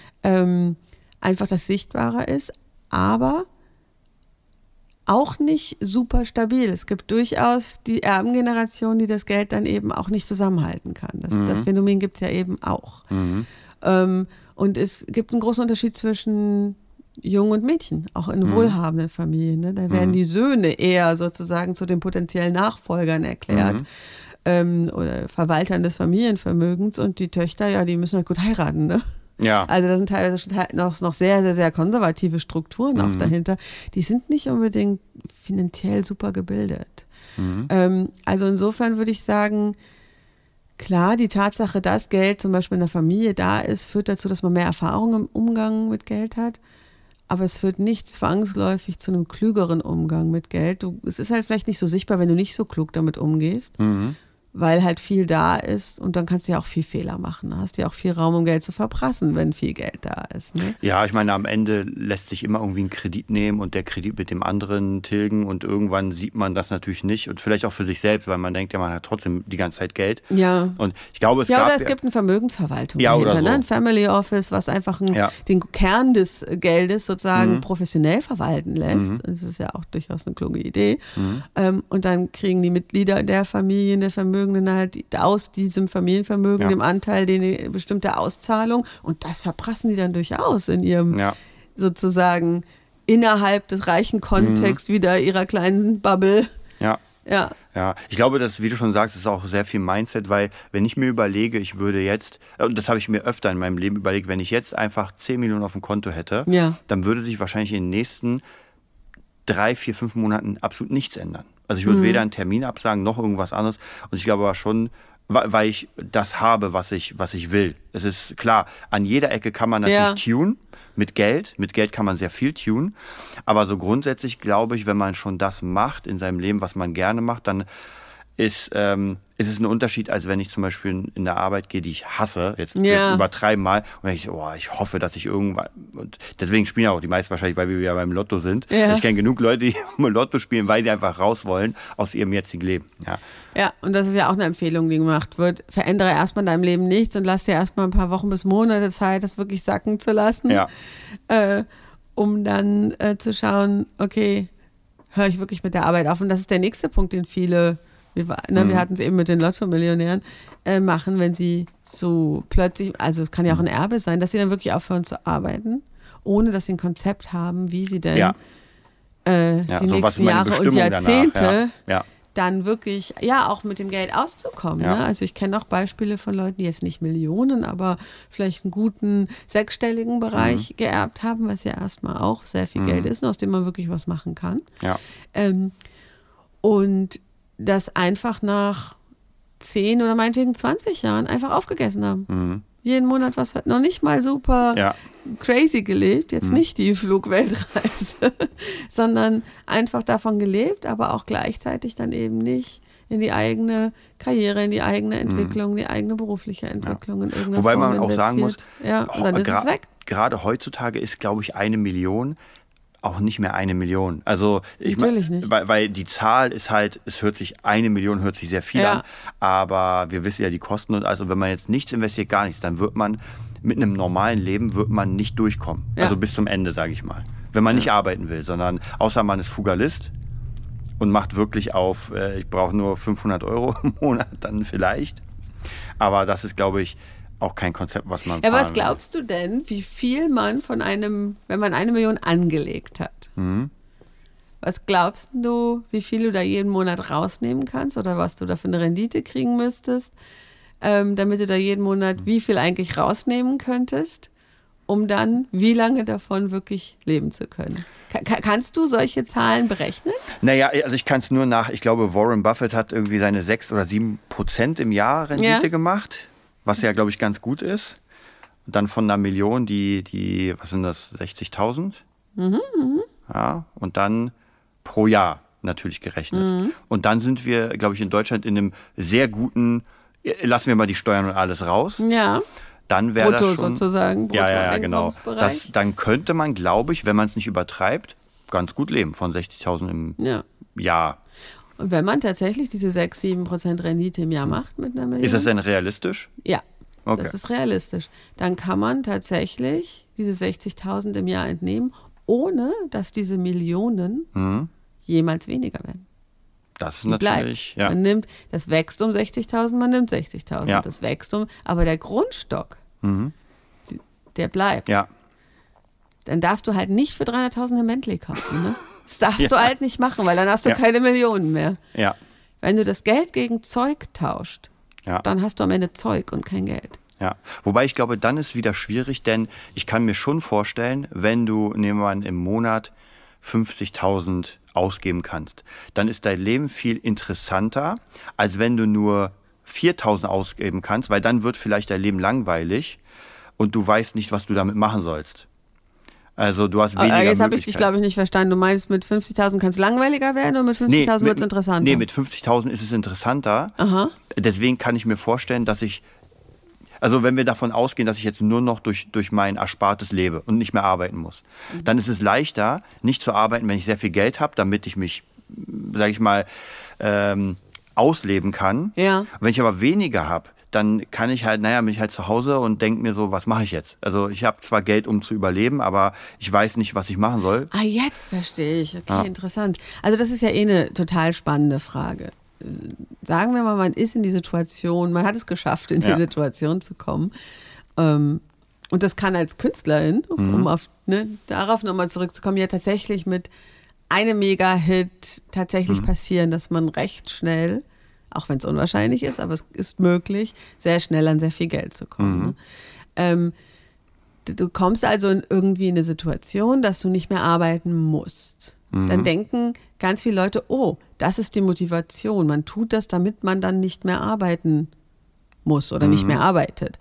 einfach das sichtbarer ist, aber auch nicht super stabil. Es gibt durchaus die Erbengeneration, die das Geld dann eben auch nicht zusammenhalten kann. Das Phänomen gibt es ja eben auch. Und es gibt einen großen Unterschied zwischen Jungen und Mädchen, auch in wohlhabenden Familien. Ne? Da werden die Söhne eher sozusagen zu den potenziellen Nachfolgern erklärt oder Verwaltern des Familienvermögens, und die Töchter, ja, die müssen halt gut heiraten. Ne?
Ja.
Also da sind teilweise noch sehr, sehr, sehr konservative Strukturen auch dahinter. Die sind nicht unbedingt finanziell super gebildet. Also insofern würde ich sagen, klar, die Tatsache, dass Geld zum Beispiel in der Familie da ist, führt dazu, dass man mehr Erfahrung im Umgang mit Geld hat. Aber es führt nicht zwangsläufig zu einem klügeren Umgang mit Geld. Es ist halt vielleicht nicht so sichtbar, wenn du nicht so klug damit umgehst, weil halt viel da ist, und dann kannst du ja auch viel Fehler machen. Da hast du ja auch viel Raum, um Geld zu verprassen, wenn viel Geld da ist. Ne?
Ja, ich meine, am Ende lässt sich immer irgendwie einen Kredit nehmen und der Kredit mit dem anderen tilgen, und irgendwann sieht man das natürlich nicht, und vielleicht auch für sich selbst, weil man denkt ja, man hat trotzdem die ganze Zeit Geld.
Ja.
Und ich glaube, es
gibt eine Vermögensverwaltung dahinter,
oder so.
Ne? Ein Family Office, was einfach den Kern des Geldes sozusagen professionell verwalten lässt. Das ist ja auch durchaus eine kluge Idee. Und dann kriegen die Mitglieder der Familien, der Vermögenden halt aus diesem Familienvermögen, dem Anteil, eine bestimmte Auszahlung, und das verprassen die dann durchaus in ihrem sozusagen innerhalb des reichen Kontexts wieder ihrer kleinen Bubble.
Ja, ich glaube, dass, wie du schon sagst, ist auch sehr viel Mindset, weil wenn ich mir überlege, ich würde jetzt, und das habe ich mir öfter in meinem Leben überlegt, wenn ich jetzt einfach 10 Millionen auf dem Konto hätte, dann würde sich wahrscheinlich in den nächsten 3, 4, 5 Monaten absolut nichts ändern. Also ich würde weder einen Termin absagen, noch irgendwas anderes. Und ich glaube aber schon, weil ich das habe, was ich will. Es ist klar, an jeder Ecke kann man natürlich tunen. Mit Geld kann man sehr viel tunen. Aber so grundsätzlich glaube ich, wenn man schon das macht in seinem Leben, was man gerne macht, dann ist es ein Unterschied, als wenn ich zum Beispiel in der Arbeit gehe, die ich hasse, jetzt übertreiben mal, und ich hoffe, dass ich irgendwann, und deswegen spielen auch die meisten wahrscheinlich, weil wir ja beim Lotto sind. Ja. Ich kenne genug Leute, die Lotto spielen, weil sie einfach raus wollen aus ihrem jetzigen Leben.
Ja, und das ist ja auch eine Empfehlung, die gemacht wird. Verändere erstmal in deinem Leben nichts und lass dir erstmal ein paar Wochen bis Monate Zeit, das wirklich sacken zu lassen, um dann zu schauen, okay, höre ich wirklich mit der Arbeit auf? Und das ist der nächste Punkt, den viele, wir hatten es eben mit den Lotto-Millionären, machen, wenn sie so plötzlich, also es kann ja auch ein Erbe sein, dass sie dann wirklich aufhören zu arbeiten, ohne dass sie ein Konzept haben, wie sie denn die nächsten Jahre und Jahrzehnte dann wirklich, auch mit dem Geld auszukommen. Ne? Also ich kenne auch Beispiele von Leuten, die jetzt nicht Millionen, aber vielleicht einen guten 6-stelligen Bereich geerbt haben, was ja erstmal auch sehr viel Geld ist und aus dem man wirklich was machen kann.
Ja.
Und das einfach nach 10 oder meinetwegen 20 Jahren einfach aufgegessen haben. Jeden Monat was, noch nicht mal super crazy gelebt, jetzt nicht die Flugweltreise, sondern einfach davon gelebt, aber auch gleichzeitig dann eben nicht in die eigene Karriere, in die eigene Entwicklung, die eigene berufliche Entwicklung in irgendeiner
Wobei
Form
man auch sagen muss,
und dann ist es weg.
Gerade heutzutage ist, glaube ich, 1 Million auch nicht mehr 1 Million. Also
Natürlich nicht.
Weil die Zahl ist halt, 1 Million hört sich sehr viel an, aber wir wissen ja die Kosten und also wenn man jetzt nichts investiert, gar nichts, dann wird man mit einem normalen Leben nicht durchkommen.
Ja.
Also bis zum Ende, sage ich mal. Wenn man nicht arbeiten will, sondern außer man ist Frugalist und macht wirklich auf, ich brauche nur 500 € im Monat, dann vielleicht. Aber das ist, glaube ich, auch kein Konzept, was man
Ja,
fahren
was glaubst du denn, wie viel man wenn man 1 Million angelegt hat? Was glaubst du, wie viel du da jeden Monat rausnehmen kannst oder was du da für eine Rendite kriegen müsstest, damit du da jeden Monat wie viel eigentlich rausnehmen könntest, um dann wie lange davon wirklich leben zu können? Kannst du solche Zahlen berechnen?
Naja, also ich kann es nur ich glaube, Warren Buffett hat irgendwie seine 6 oder 7% im Jahr Rendite gemacht, was ja, glaube ich, ganz gut ist. Und dann von 1 Million, was sind das, 60.000? Ja, und dann pro Jahr natürlich gerechnet. Und dann sind wir, glaube ich, in Deutschland in einem sehr guten, lassen wir mal die Steuern und alles raus.
Ja.
Dann wäre das schon,
sozusagen.
ja, genau. Dann könnte man, glaube ich, wenn man es nicht übertreibt, ganz gut leben von 60.000 im Jahr.
Und wenn man tatsächlich diese 6-7% Rendite im Jahr macht mit 1 Million.
Ist das denn realistisch?
Ja,
okay.
Das ist realistisch. Dann kann man tatsächlich diese 60.000 im Jahr entnehmen, ohne dass diese Millionen jemals weniger werden.
Das ist natürlich, ja.
Das wächst um 60.000, man nimmt 60.000.
Ja.
Das wächst aber der Grundstock, der bleibt.
Ja.
Dann darfst du halt nicht für 300.000 eine Bentley kaufen, ne? Das darfst du halt nicht machen, weil dann hast du keine Millionen mehr.
Ja.
Wenn du das Geld gegen Zeug tauscht, dann hast du am Ende Zeug und kein Geld.
Ja, wobei ich glaube, dann ist wieder schwierig, denn ich kann mir schon vorstellen, wenn du, nehmen wir an, im Monat 50.000 ausgeben kannst, dann ist dein Leben viel interessanter, als wenn du nur 4.000 ausgeben kannst, weil dann wird vielleicht dein Leben langweilig und du weißt nicht, was du damit machen sollst. Also du hast weniger
Jetzt habe ich dich, glaube ich, nicht verstanden. Du meinst, mit 50.000 kann es langweiliger werden und mit 50.000 wird es interessanter?
Nee, mit 50.000 ist es interessanter.
Aha.
Deswegen kann ich mir vorstellen, also wenn wir davon ausgehen, dass ich jetzt nur noch durch mein Erspartes lebe und nicht mehr arbeiten muss, dann ist es leichter, nicht zu arbeiten, wenn ich sehr viel Geld habe, damit ich mich, sage ich mal, ausleben kann.
Ja.
Wenn ich aber weniger habe, dann bin ich halt zu Hause und denke mir so, was mache ich jetzt? Also ich habe zwar Geld, um zu überleben, aber ich weiß nicht, was ich machen soll.
Ah, jetzt verstehe ich. Okay, interessant. Also das ist ja eine total spannende Frage. Sagen wir mal, man ist in die Situation, man hat es geschafft, in die Situation zu kommen. Und das kann als Künstlerin, um darauf nochmal zurückzukommen, ja tatsächlich mit einem Mega-Hit tatsächlich passieren, dass man recht schnell, auch wenn es unwahrscheinlich ist, aber es ist möglich, sehr schnell an sehr viel Geld zu kommen. Ne? Du kommst also irgendwie in eine Situation, dass du nicht mehr arbeiten musst. Dann denken ganz viele Leute, oh, das ist die Motivation. Man tut das, damit man dann nicht mehr arbeiten muss oder nicht mehr arbeitet.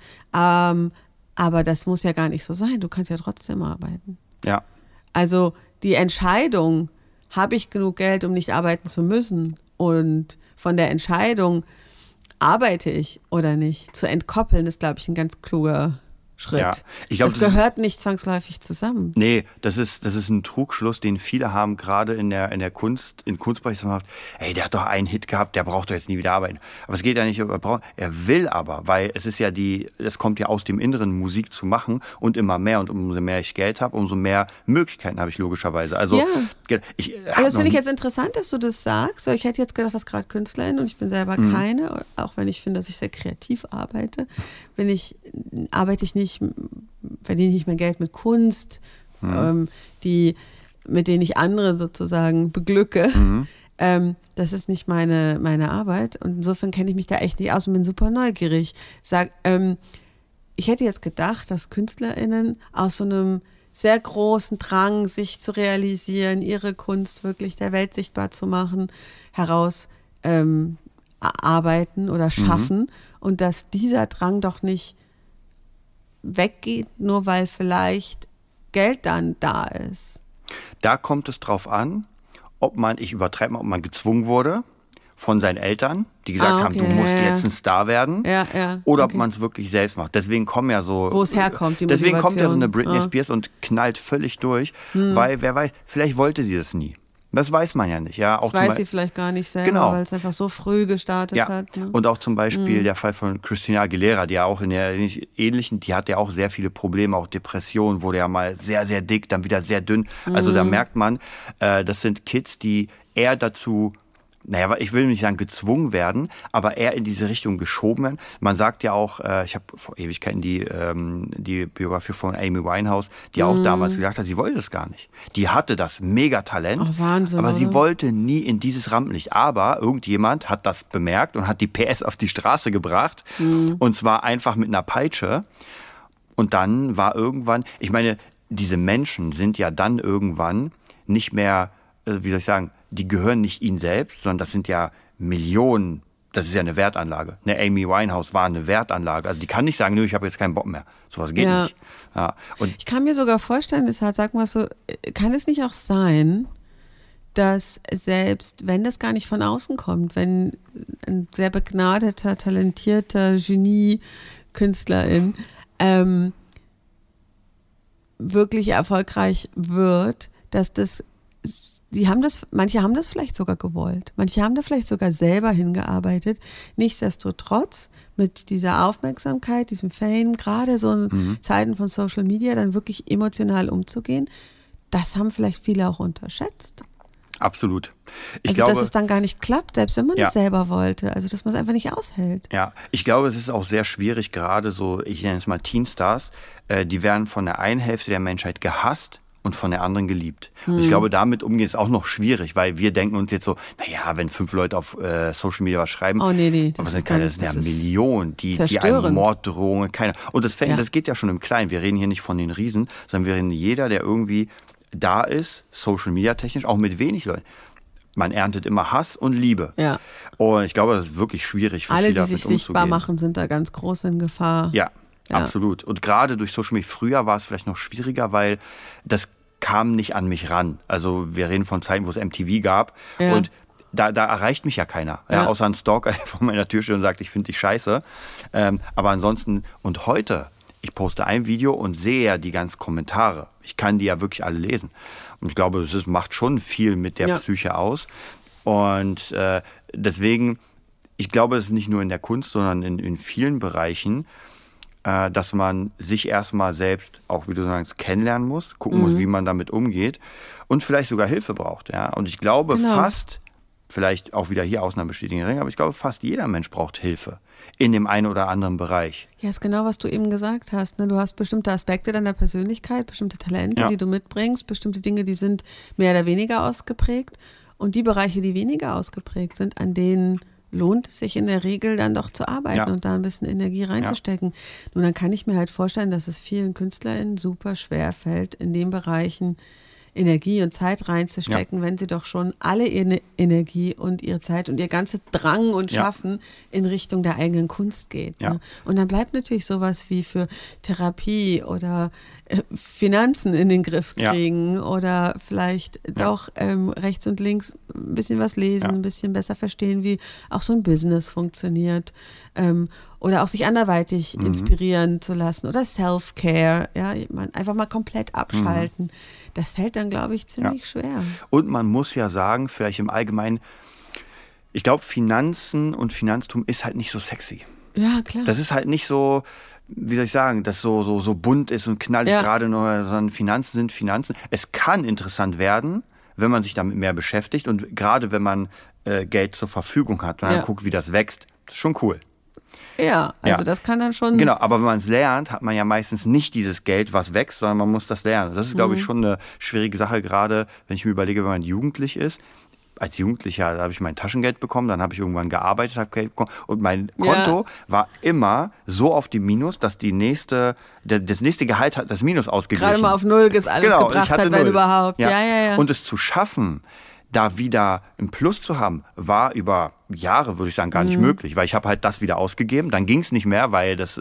Aber das muss ja gar nicht so sein. Du kannst ja trotzdem arbeiten.
Ja.
Also die Entscheidung, habe ich genug Geld, um nicht arbeiten zu müssen? Und von der Entscheidung, arbeite ich oder nicht, zu entkoppeln, ist, glaube ich, ein ganz kluger Schritt.
Ja, ich glaub,
das gehört nicht zwangsläufig zusammen.
Nee, das ist ein Trugschluss, den viele haben, gerade in der Kunst, in Kunstbereich, ey, der hat doch einen Hit gehabt, der braucht doch jetzt nie wieder arbeiten. Aber es geht ja nicht, er will aber, weil es ist ja es kommt ja aus dem Inneren, Musik zu machen und immer mehr und umso mehr ich Geld habe, umso mehr Möglichkeiten habe ich logischerweise. Also,
das finde ich jetzt interessant, dass du das sagst. Ich hätte jetzt gedacht, dass gerade Künstlerin und ich bin selber keine, auch wenn ich finde, dass ich sehr kreativ arbeite, verdiene ich nicht mehr Geld mit Kunst, mit denen ich andere sozusagen beglücke. Das ist nicht meine Arbeit und insofern kenne ich mich da echt nicht aus und bin super neugierig. Ich hätte jetzt gedacht, dass KünstlerInnen aus so einem sehr großen Drang, sich zu realisieren, ihre Kunst wirklich der Welt sichtbar zu machen, heraus arbeiten oder schaffen und dass dieser Drang doch nicht weggeht, nur weil vielleicht Geld dann da ist.
Da kommt es drauf an, ob man gezwungen wurde von seinen Eltern, die gesagt haben, du musst jetzt ein Star werden. Oder ob man es wirklich selbst macht. Deswegen kommen ja so...
Wo es herkommt, die
Deswegen
Motivation.
kommt ja so eine Britney Spears und knallt völlig durch, weil, wer weiß, vielleicht wollte sie das nie. Das weiß man ja nicht. Ja, auch
das weiß sie vielleicht gar nicht selber, weil es einfach so früh gestartet hat. Ne?
Und auch zum Beispiel der Fall von Christina Aguilera, die ja auch in der ähnlichen, die hat ja auch sehr viele Probleme, auch Depressionen, wurde ja mal sehr, sehr dick, dann wieder sehr dünn. Also da merkt man, das sind Kids, die eher dazu... Naja, ich will nicht sagen gezwungen werden, aber eher in diese Richtung geschoben werden. Man sagt ja auch, ich habe vor Ewigkeiten die Biografie von Amy Winehouse, die auch damals gesagt hat, sie wollte das gar nicht. Die hatte das Megatalent,
Wahnsinn,
aber
oder?
sie wollte nie in dieses Rampenlicht. Aber irgendjemand hat das bemerkt und hat die PS auf die Straße gebracht und zwar einfach mit einer Peitsche. Und dann war irgendwann, ich meine, diese Menschen sind ja dann irgendwann nicht mehr, wie soll ich sagen, die gehören nicht ihnen selbst, sondern das sind ja Millionen, das ist ja eine Wertanlage. Eine Amy Winehouse war eine Wertanlage. Also die kann nicht sagen, nö, ich habe jetzt keinen Bock mehr. Sowas geht nicht. Ja. Und
ich kann mir sogar vorstellen, deshalb sagen wir so, kann es nicht auch sein, dass selbst wenn das gar nicht von außen kommt, wenn ein sehr begnadeter, talentierter Genie-Künstlerin wirklich erfolgreich wird, dass das manche haben das vielleicht sogar gewollt. Manche haben da vielleicht sogar selber hingearbeitet. Nichtsdestotrotz mit dieser Aufmerksamkeit, diesem Fame, gerade so in Zeiten von Social Media, dann wirklich emotional umzugehen, das haben vielleicht viele auch unterschätzt.
Absolut.
Ich glaube, dass es dann gar nicht klappt, selbst wenn man es selber wollte. Also, dass man es einfach nicht aushält.
Ja, ich glaube, es ist auch sehr schwierig, gerade so, ich nenne es mal Teenstars, die werden von der einen Hälfte der Menschheit gehasst und von der anderen geliebt. Und ich glaube, damit umgehen ist auch noch schwierig, weil wir denken uns jetzt so, naja, wenn 5 Leute auf Social Media was schreiben, das sind ja Millionen, die einen Morddrohungen, keiner. Und das geht ja schon im Kleinen. Wir reden hier nicht von den Riesen, sondern wir reden jeder, der irgendwie da ist, Social Media technisch, auch mit wenig Leuten. Man erntet immer Hass und Liebe. Ja. Und ich glaube, das ist wirklich schwierig für viele, damit umzugehen. Alle, die sich sichtbar
machen, sind da ganz groß in Gefahr.
Ja. Absolut. Und gerade durch Social Media, früher war es vielleicht noch schwieriger, weil das kam nicht an mich ran. Also wir reden von Zeiten, wo es MTV gab und da erreicht mich ja keiner. Ja, außer ein Stalker, der vor meiner Tür steht und sagt, ich finde dich scheiße. Aber ansonsten, und heute, ich poste ein Video und sehe ja die ganzen Kommentare. Ich kann die ja wirklich alle lesen. Und ich glaube, das macht schon viel mit der Psyche aus. Und deswegen, ich glaube, es ist nicht nur in der Kunst, sondern in vielen Bereichen, dass man sich erstmal selbst auch, wie du sagst, kennenlernen muss, gucken muss, wie man damit umgeht und vielleicht sogar Hilfe braucht. Ja? Und ich glaube fast, vielleicht auch wieder hier Ausnahmen bestätigen, aber ich glaube fast jeder Mensch braucht Hilfe in dem einen oder anderen Bereich.
Ja, ist genau, was du eben gesagt hast. Ne? Du hast bestimmte Aspekte deiner Persönlichkeit, bestimmte Talente, die du mitbringst, bestimmte Dinge, die sind mehr oder weniger ausgeprägt und die Bereiche, die weniger ausgeprägt sind, an denen lohnt es sich in der Regel dann doch zu arbeiten und da ein bisschen Energie reinzustecken. Nun, dann kann ich mir halt vorstellen, dass es vielen KünstlerInnen super schwer fällt, in den Bereichen Energie und Zeit reinzustecken, wenn sie doch schon alle ihre Energie und ihre Zeit und ihr ganzes Drang und Schaffen in Richtung der eigenen Kunst geht. Ne? Und dann bleibt natürlich sowas wie für Therapie oder Finanzen in den Griff kriegen oder vielleicht doch rechts und links ein bisschen was lesen, ein bisschen besser verstehen, wie auch so ein Business funktioniert. Oder auch sich anderweitig inspirieren zu lassen oder Self-Care, einfach mal komplett abschalten. Das fällt dann, glaube ich, ziemlich schwer.
Und man muss ja sagen, vielleicht im Allgemeinen, ich glaube, Finanzen und Finanztum ist halt nicht so sexy.
Ja, klar.
Das ist halt nicht so, wie soll ich sagen, dass so bunt ist und knallig gerade nur, sondern Finanzen sind Finanzen. Es kann interessant werden, wenn man sich damit mehr beschäftigt und gerade wenn man Geld zur Verfügung hat und dann guckt, wie das wächst, das ist schon cool.
Ja, also das kann dann schon...
Genau, aber wenn man es lernt, hat man ja meistens nicht dieses Geld, was wächst, sondern man muss das lernen. Das ist, glaube ich, schon eine schwierige Sache, gerade wenn ich mir überlege, wenn man jugendlich ist. Als Jugendlicher habe ich mein Taschengeld bekommen, dann habe ich irgendwann gearbeitet, habe Geld bekommen und mein Konto war immer so auf dem Minus, dass das nächste Gehalt hat das Minus ausgeglichen.
Gerade mal auf Null alles gebracht hat, wenn überhaupt. Ja.
Und es zu schaffen, da wieder ein Plus zu haben, war über Jahre, würde ich sagen, gar nicht möglich, weil ich habe halt das wieder ausgegeben, dann ging es nicht mehr,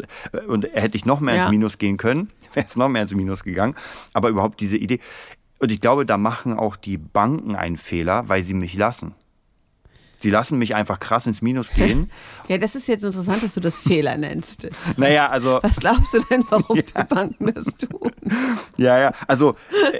und hätte ich noch mehr ins Minus gehen können, wäre es noch mehr ins Minus gegangen, aber überhaupt diese Idee, und ich glaube, da machen auch die Banken einen Fehler, weil sie mich lassen. Die lassen mich einfach krass ins Minus gehen.
Ja, das ist jetzt interessant, dass du das Fehler nennst.
Naja, also...
Was glaubst du denn, warum die Banken das tun?
Ja, also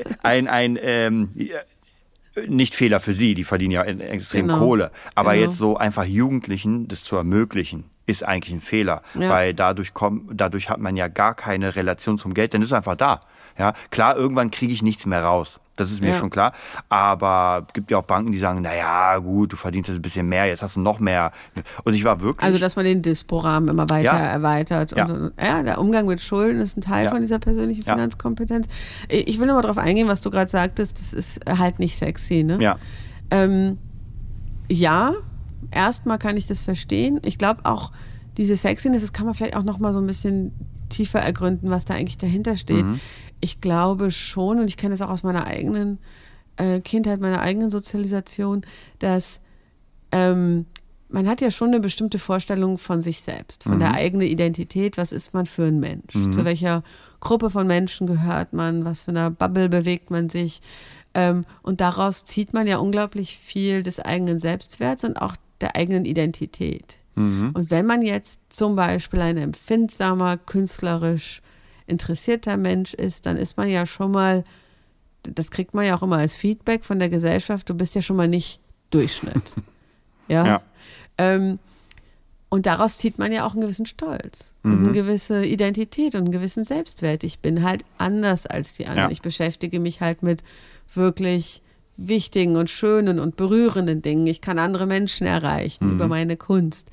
nicht Fehler für sie, die verdienen ja extrem Kohle. Aber jetzt so einfach Jugendlichen das zu ermöglichen, ist eigentlich ein Fehler. Ja. Weil dadurch hat man ja gar keine Relation zum Geld, denn es ist einfach da. Ja, klar, irgendwann kriege ich nichts mehr raus. Das ist mir schon klar. Aber es gibt ja auch Banken, die sagen, naja, gut, du verdienst jetzt ein bisschen mehr, jetzt hast du noch mehr. Und ich war wirklich...
Also, dass man den Dispo-Rahmen immer weiter erweitert.
Ja.
Und der Umgang mit Schulden ist ein Teil von dieser persönlichen Finanzkompetenz. Ich will nochmal drauf eingehen, was du gerade sagtest, das ist halt nicht sexy, ne?
Ja.
Erstmal kann ich das verstehen. Ich glaube auch, diese Sexiness, das kann man vielleicht auch nochmal so ein bisschen tiefer ergründen, was da eigentlich dahinter steht. Ich glaube schon, und ich kenne das auch aus meiner eigenen Kindheit, meiner eigenen Sozialisation, dass man hat ja schon eine bestimmte Vorstellung von sich selbst, von der eigenen Identität. Was ist man für ein Mensch? Zu welcher Gruppe von Menschen gehört man? Was für einer Bubble bewegt man sich? Und daraus zieht man ja unglaublich viel des eigenen Selbstwerts und auch der eigenen Identität. Und wenn man jetzt zum Beispiel ein empfindsamer, künstlerisch interessierter Mensch ist, dann ist man ja schon mal, das kriegt man ja auch immer als Feedback von der Gesellschaft, du bist ja schon mal nicht Durchschnitt. Ja. Und daraus zieht man ja auch einen gewissen Stolz und eine gewisse Identität und einen gewissen Selbstwert. Ich bin halt anders als die anderen. Ich beschäftige mich halt mit wirklich wichtigen und schönen und berührenden Dingen. Ich kann andere Menschen erreichen über meine Kunst.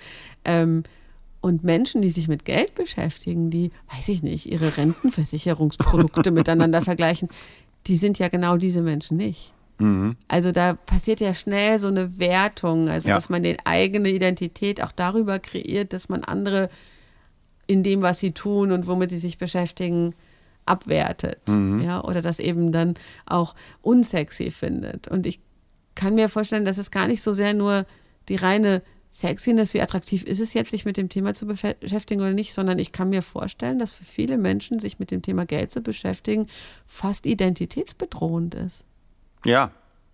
Und Menschen, die sich mit Geld beschäftigen, die, weiß ich nicht, ihre Rentenversicherungsprodukte miteinander vergleichen, die sind ja genau diese Menschen nicht. Also da passiert ja schnell so eine Wertung, also dass man die eigene Identität auch darüber kreiert, dass man andere in dem, was sie tun und womit sie sich beschäftigen, abwertet. Oder das eben dann auch unsexy findet. Und ich kann mir vorstellen, dass es gar nicht so sehr nur die reine Sexiness, wie attraktiv ist es jetzt, sich mit dem Thema zu beschäftigen oder nicht, sondern ich kann mir vorstellen, dass für viele Menschen, sich mit dem Thema Geld zu beschäftigen, fast identitätsbedrohend ist.
Ja,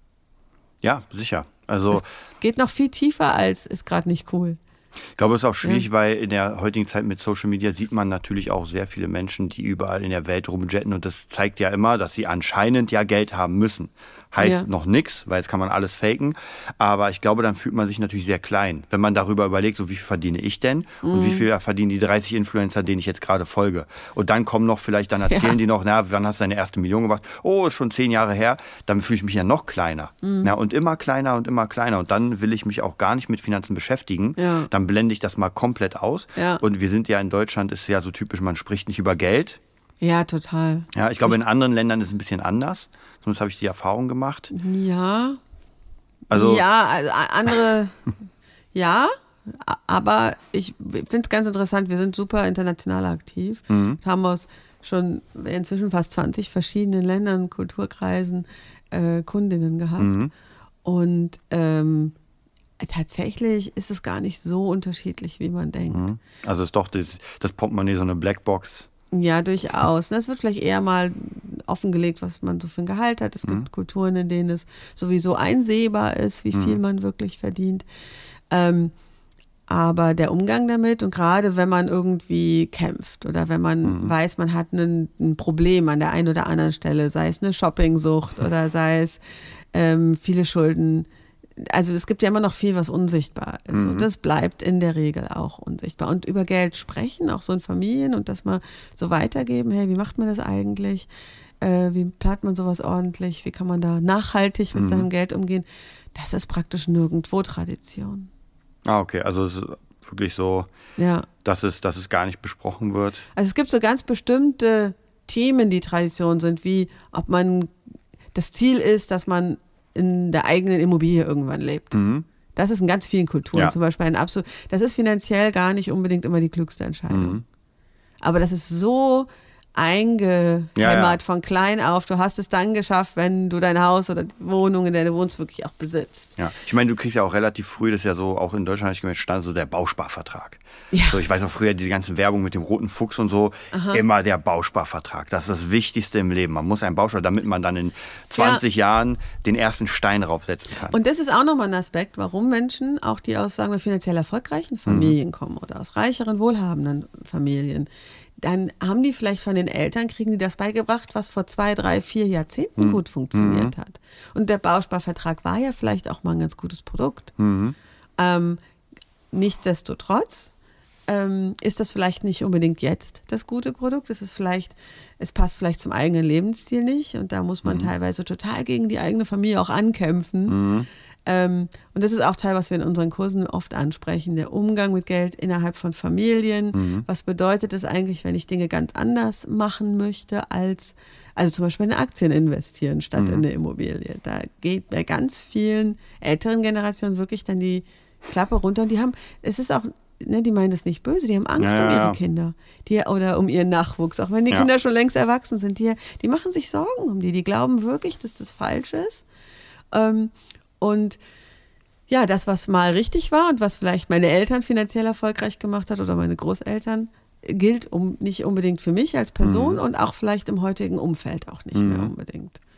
sicher. Also
es geht noch viel tiefer als, ist gerade nicht cool.
Ich glaube, es ist auch schwierig, weil in der heutigen Zeit mit Social Media sieht man natürlich auch sehr viele Menschen, die überall in der Welt rumjetten, und das zeigt ja immer, dass sie anscheinend ja Geld haben müssen. Heißt noch nichts, weil jetzt kann man alles faken, aber ich glaube, dann fühlt man sich natürlich sehr klein, wenn man darüber überlegt, so wie viel verdiene ich denn und wie viel verdienen die 30 Influencer, denen ich jetzt gerade folge. Und dann kommen noch vielleicht, dann erzählen die noch, na, wann hast du deine erste Million gemacht? Oh, ist schon 10 Jahre her. Dann fühle ich mich ja noch kleiner. Na, und immer kleiner und immer kleiner. Und dann will ich mich auch gar nicht mit Finanzen beschäftigen.
Ja.
Dann blende ich das mal komplett aus. Ja. Und wir sind ja in Deutschland, ist ja so typisch, man spricht nicht über Geld.
Ja, total.
Ja, ich glaube, in anderen Ländern ist es ein bisschen anders. Zumindest habe ich die Erfahrung gemacht.
Ja.
Also
andere, aber ich finde es ganz interessant, wir sind super international aktiv. Haben aus schon inzwischen fast 20 verschiedenen Ländern, Kulturkreisen, Kundinnen gehabt. Und tatsächlich ist es gar nicht so unterschiedlich, wie man denkt.
Also ist doch das Portemonnaie so eine Blackbox.
Ja, durchaus. Es wird vielleicht eher mal offengelegt, was man so für ein Gehalt hat. Es gibt Kulturen, in denen es sowieso einsehbar ist, wie viel man wirklich verdient. Aber der Umgang damit, und gerade wenn man irgendwie kämpft oder wenn man weiß, man hat ein Problem an der einen oder anderen Stelle, sei es eine Shoppingsucht oder sei es viele Schulden. Also es gibt ja immer noch viel, was unsichtbar ist, und das bleibt in der Regel auch unsichtbar. Und über Geld sprechen, auch so in Familien, und das mal so weitergeben, hey, wie macht man das eigentlich? Wie plant man sowas ordentlich? Wie kann man da nachhaltig mit seinem Geld umgehen? Das ist praktisch nirgendwo Tradition.
Ah, okay, also es ist wirklich so, dass es gar nicht besprochen wird.
Also es gibt so ganz bestimmte Themen, die Tradition sind, wie ob man, das Ziel ist, dass man in der eigenen Immobilie irgendwann lebt. Das ist in ganz vielen Kulturen zum Beispiel das ist finanziell gar nicht unbedingt immer die klügste Entscheidung. Aber das ist so eingehämmert von klein auf. Du hast es dann geschafft, wenn du dein Haus oder die Wohnung, in der du wohnst, wirklich auch besitzt.
Ja, ich meine, du kriegst ja auch relativ früh, das ist ja so, auch in Deutschland habe ich gemerkt, stand so der Bausparvertrag.
Ja.
So, ich weiß noch früher, diese ganzen Werbung mit dem roten Fuchs und so, immer der Bausparvertrag. Das ist das Wichtigste im Leben. Man muss einen Bausparvertrag, damit man dann in 20 Jahren den ersten Stein draufsetzen kann.
Und das ist auch nochmal ein Aspekt, warum Menschen, auch die aus, sagen wir, finanziell erfolgreichen Familien kommen oder aus reicheren, wohlhabenden Familien, dann haben die vielleicht von den Eltern, kriegen die das beigebracht, was vor 2, 3, 4 Jahrzehnten gut funktioniert hat. Und der Bausparvertrag war ja vielleicht auch mal ein ganz gutes Produkt. Nichtsdestotrotz ist das vielleicht nicht unbedingt jetzt das gute Produkt. Es passt vielleicht zum eigenen Lebensstil nicht und da muss man teilweise total gegen die eigene Familie auch ankämpfen. Und das ist auch Teil, was wir in unseren Kursen oft ansprechen, der Umgang mit Geld innerhalb von Familien. Was bedeutet es eigentlich, wenn ich Dinge ganz anders machen möchte, also zum Beispiel in Aktien investieren statt in eine Immobilie. Da geht bei ganz vielen älteren Generationen wirklich dann die Klappe runter und die meinen das nicht böse, die haben Angst um ihre Kinder oder um ihren Nachwuchs, auch wenn die Kinder schon längst erwachsen sind. Die machen sich Sorgen um die glauben wirklich, dass das falsch ist. Und ja, das, was mal richtig war und was vielleicht meine Eltern finanziell erfolgreich gemacht hat oder meine Großeltern, gilt nicht unbedingt für mich als Person und auch vielleicht im heutigen Umfeld auch nicht mehr unbedingt.